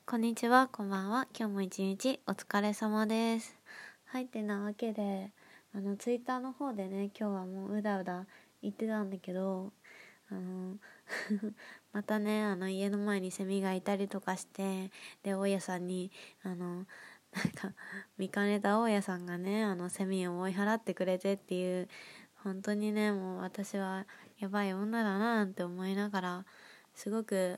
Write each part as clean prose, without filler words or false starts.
こんにちは、こんばんは。今日も一日お疲れ様です。はい、ってなわけで、ツイッターの方でね、今日はもううだうだ言ってたんだけど、またね、家の前にセミがいたりとかして、で、大家さんに、見かねた大家さんがね、セミを追い払ってくれてっていう、本当にね、もう私はやばい女だななんて思いながら、すごく、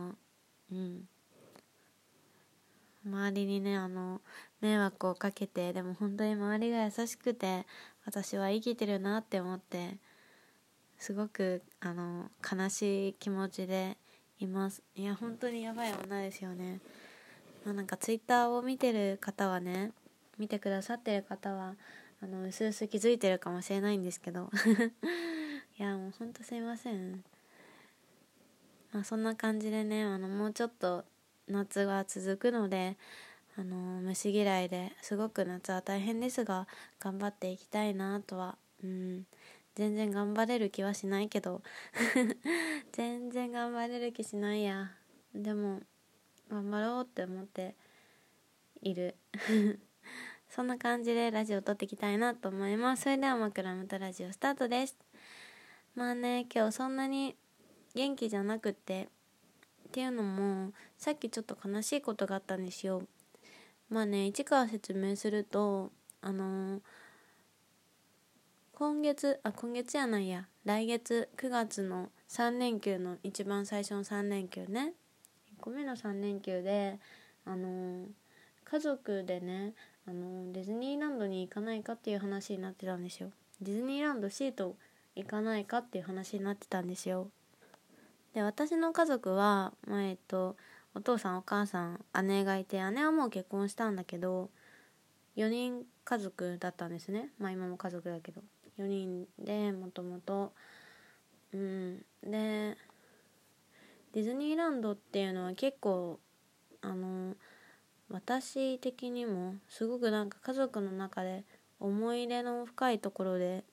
周りにね迷惑をかけて、でも本当に周りが優しくて私は生きてるなって思って、すごく悲しい気持ちでいます。いや本当にやばい女ですよね。なんかツイッターを見てる方はね、見てくださってる方はうすうす気づいてるかもしれないんですけどいやもう本当すいません。そんな感じでね、もうちょっと夏が続くので、虫嫌いですごく夏は大変ですが頑張っていきたいなとは、全然頑張れる気はしないけど全然頑張れる気しないや。でも頑張ろうって思っているそんな感じでラジオを撮っていきたいなと思います。それでは枕元ラジオスタートです。今日そんなに元気じゃなくっていうのも、さっきちょっと悲しいことがあったんですよ。一から説明すると、今月じゃないや、来月9月の3連休の一番最初の3連休ね、1個目の3連休で、家族でね、ディズニーランドに行かないかっていう話になってたんですよ。ディズニーランドシート行かないかっていう話になってたんですよ。で、私の家族は、お父さんお母さん姉がいて、姉はもう結婚したんだけど4人家族だったんですね。今も家族だけど4人で、もともとでディズニーランドっていうのは結構私的にもすごくなんか家族の中で思い入れの深いところで、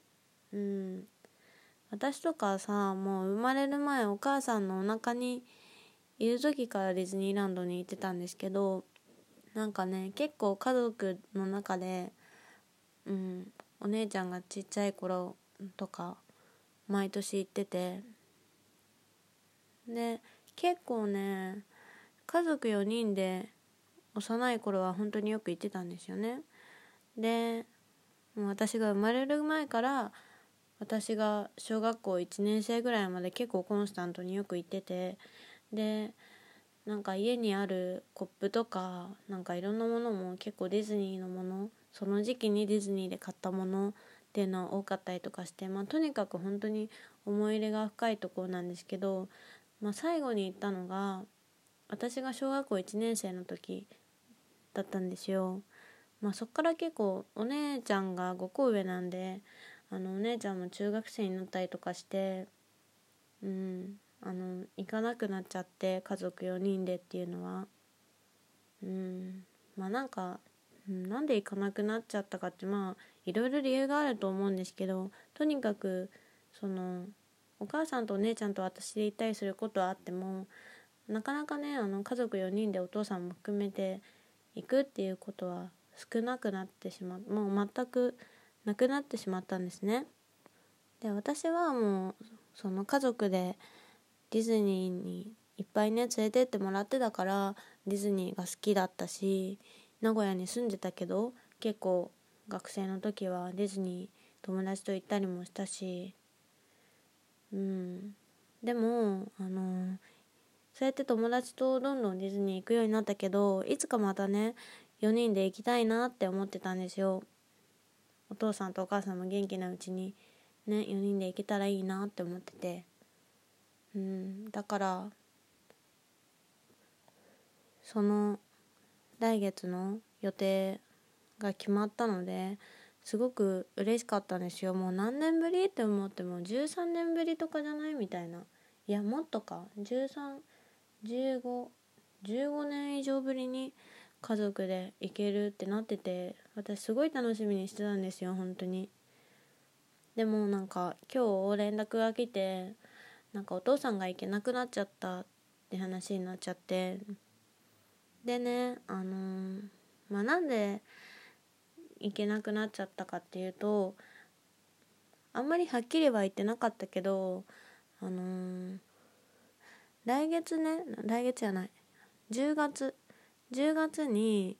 私とかさ、もう生まれる前お母さんのお腹にいる時からディズニーランドに行ってたんですけど、なんかね、結構家族の中で、お姉ちゃんがちっちゃい頃とか毎年行ってて、で結構ね、家族4人で幼い頃は本当によく行ってたんですよね。でもう私が生まれる前から私が小学校1年生ぐらいまで結構コンスタントによく行ってて、でなんか家にあるコップとかなんかいろんなものも結構ディズニーのもの、その時期にディズニーで買ったものっていうのは多かったりとかして、とにかく本当に思い入れが深いところなんですけど、最後に行ったのが私が小学校1年生の時だったんですよ。そっから結構お姉ちゃんが5個上なんで、お姉ちゃんも中学生になったりとかして、行かなくなっちゃって、家族4人でっていうのは、なんか、なんで行かなくなっちゃったかって、いろいろ理由があると思うんですけど、とにかくお母さんとお姉ちゃんと私で行ったりすることはあっても、なかなかね、家族4人でお父さんも含めて行くっていうことは少なくなってしまう、もう全くなくなってしまったんですね。で、私はもうその家族でディズニーにいっぱいね連れてってもらってたから、ディズニーが好きだったし、名古屋に住んでたけど結構学生の時はディズニー友達と行ったりもしたし、でもそうやって友達とどんどんディズニー行くようになったけど、いつかまたね4人で行きたいなって思ってたんですよ。お父さんとお母さんも元気なうちにね、4人で行けたらいいなって思ってて、だからその来月の予定が決まったのですごく嬉しかったんですよ。もう何年ぶりって思っても13年ぶりとかじゃないみたいな、いやもっとか、1315年以上ぶりに家族で行けるってなってて、私すごい楽しみにしてたんですよ本当に。でもなんか今日連絡が来て、なんかお父さんが行けなくなっちゃったって話になっちゃって、 でねなんで行けなくなっちゃったかっていうと、あんまりはっきりは言ってなかったけど、来月じゃない10月に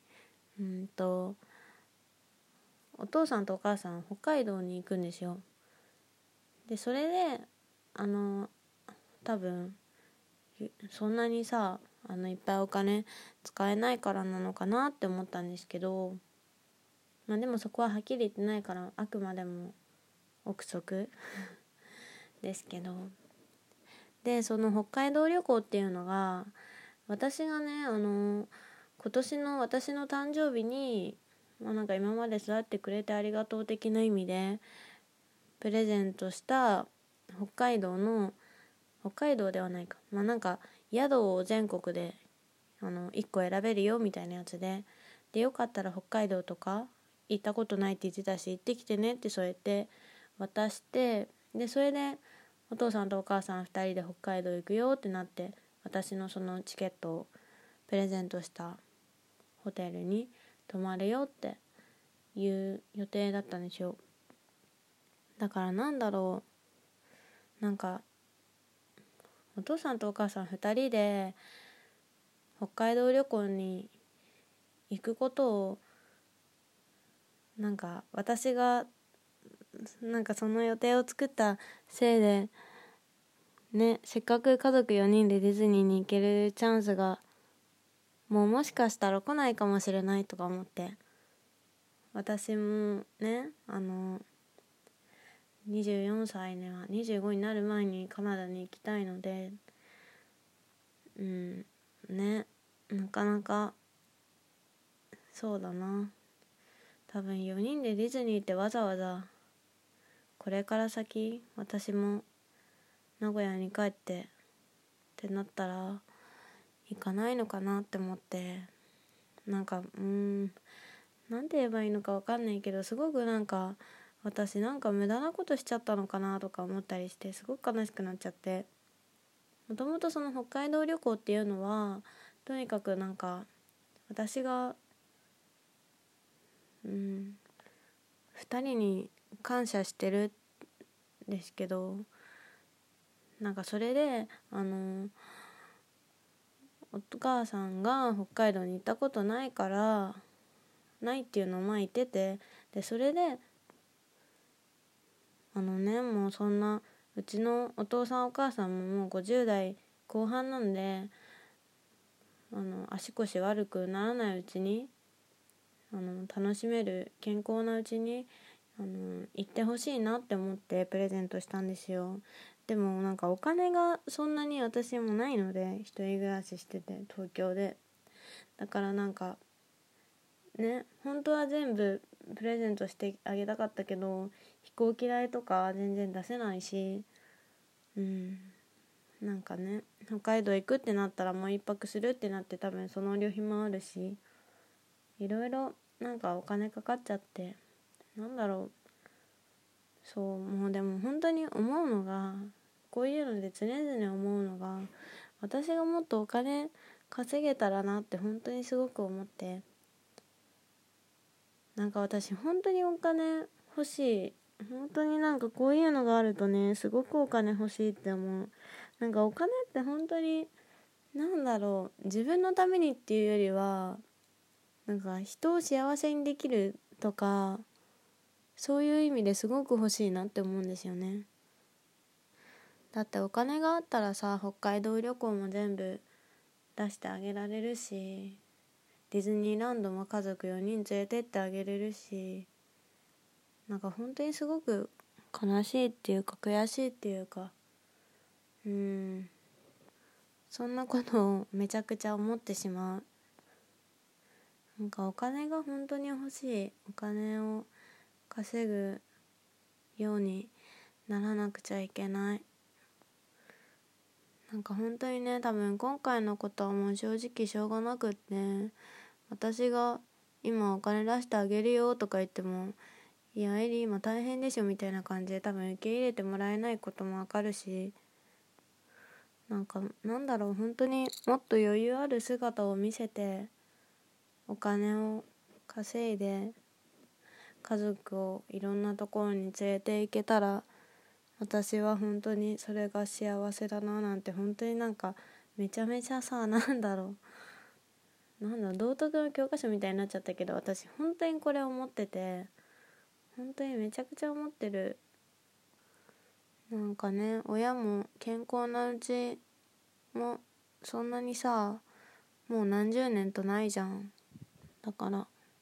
お父さんとお母さん北海道に行くんですよ。でそれで多分そんなにさいっぱいお金使えないからなのかなって思ったんですけど、でもそこははっきり言ってないからあくまでも憶測ですけど、でその北海道旅行っていうのが私がね今年の私の誕生日に、なんか今まで育ってくれてありがとう的な意味でプレゼントした北海道ではないか、なんか宿を全国で1個選べるよみたいなやつで、よかったら北海道とか行ったことないって言ってたし行ってきてねってそうやって渡して、でそれでお父さんとお母さん2人で北海道行くよってなって、私のそのチケットをプレゼントしたホテルに泊まるよっていう予定だったんですよ。だからなんかお父さんとお母さん2人で北海道旅行に行くことをなんか私がなんかその予定を作ったせいでね、せっかく家族4人でディズニーに行けるチャンスがもしかしたら来ないかもしれないとか思って、私もね24歳には25になる前にカナダに行きたいので、ね、なかなかそうだな、多分4人でディズニーってわざわざこれから先私も名古屋に帰ってなったら行かないのかなって思って、なんかなんて言えばいいのか分かんないけど、すごくなんか私なんか無駄なことしちゃったのかなとか思ったりして、すごく悲しくなっちゃって、もともとその北海道旅行っていうのはとにかくなんか私が2人に感謝してるんですけど、なんかそれでお母さんが北海道に行ったことないっていうのを言ってて、でそれでもうそんなうちのお父さんお母さんももう50代後半なんで足腰悪くならないうちに楽しめる健康なうちに行ってほしいなって思ってプレゼントしたんですよ。でもなんかお金がそんなに私もないので、一人暮らししてて東京で、だからなんかね、本当は全部プレゼントしてあげたかったけど飛行機代とか全然出せないし、なんかね北海道行くってなったらもう一泊するってなって多分その旅費もあるし、いろいろなんかお金かかっちゃって、もうでも本当に思うのが、こういうので常々思うのが、私がもっとお金稼げたらなって本当にすごく思って、なんか私本当にお金欲しい、本当になんかこういうのがあるとねすごくお金欲しいって思う。なんかお金って本当に自分のためにっていうよりはなんか人を幸せにできるとか、そういう意味ですごく欲しいなって思うんですよね。だってお金があったらさ、北海道旅行も全部出してあげられるし、ディズニーランドも家族4人連れてってあげれるし、なんか本当にすごく悲しいっていうか悔しいっていうか、そんなことをめちゃくちゃ思ってしまう。なんかお金が本当に欲しい、お金を稼ぐようにならなくちゃいけない。なんか本当にね、多分今回のことはもう正直しょうがなくって、私が今お金出してあげるよとか言っても、いやエリー今大変でしょみたいな感じで多分受け入れてもらえないこともわかるし、本当にもっと余裕ある姿を見せてお金を稼いで家族をいろんなところに連れて行けたら、私は本当にそれが幸せだななんて、本当になんかめちゃめちゃさ、道徳の教科書みたいになっちゃったけど、私本当にこれ思ってて、本当にめちゃくちゃ思ってる。なんかね、親も健康なうちもそんなにさ、もう何十年とないじゃん。だから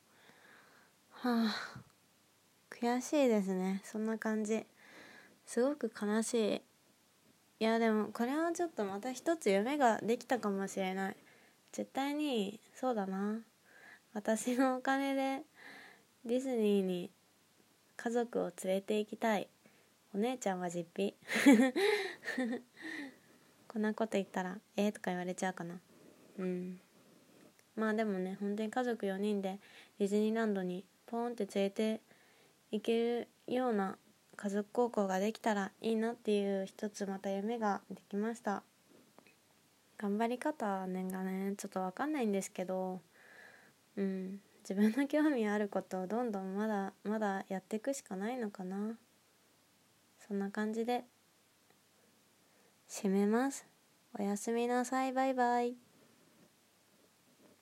悔しいですね。そんな感じ、すごく悲しい。いやでもこれはちょっとまた一つ夢ができたかもしれない。絶対にそうだな。私のお金でディズニーに家族を連れて行きたい。お姉ちゃんは実費こんなこと言ったらとか言われちゃうかな。まあでもね、本当に家族4人でディズニーランドにポーンって連れて行けるような家族孝行ができたらいいなっていう一つまた夢ができました。頑張り方がねちょっと分かんないんですけど、自分の興味あることをどんどんまだまだやっていくしかないのかな。そんな感じで締めます。おやすみなさい。バイバイ。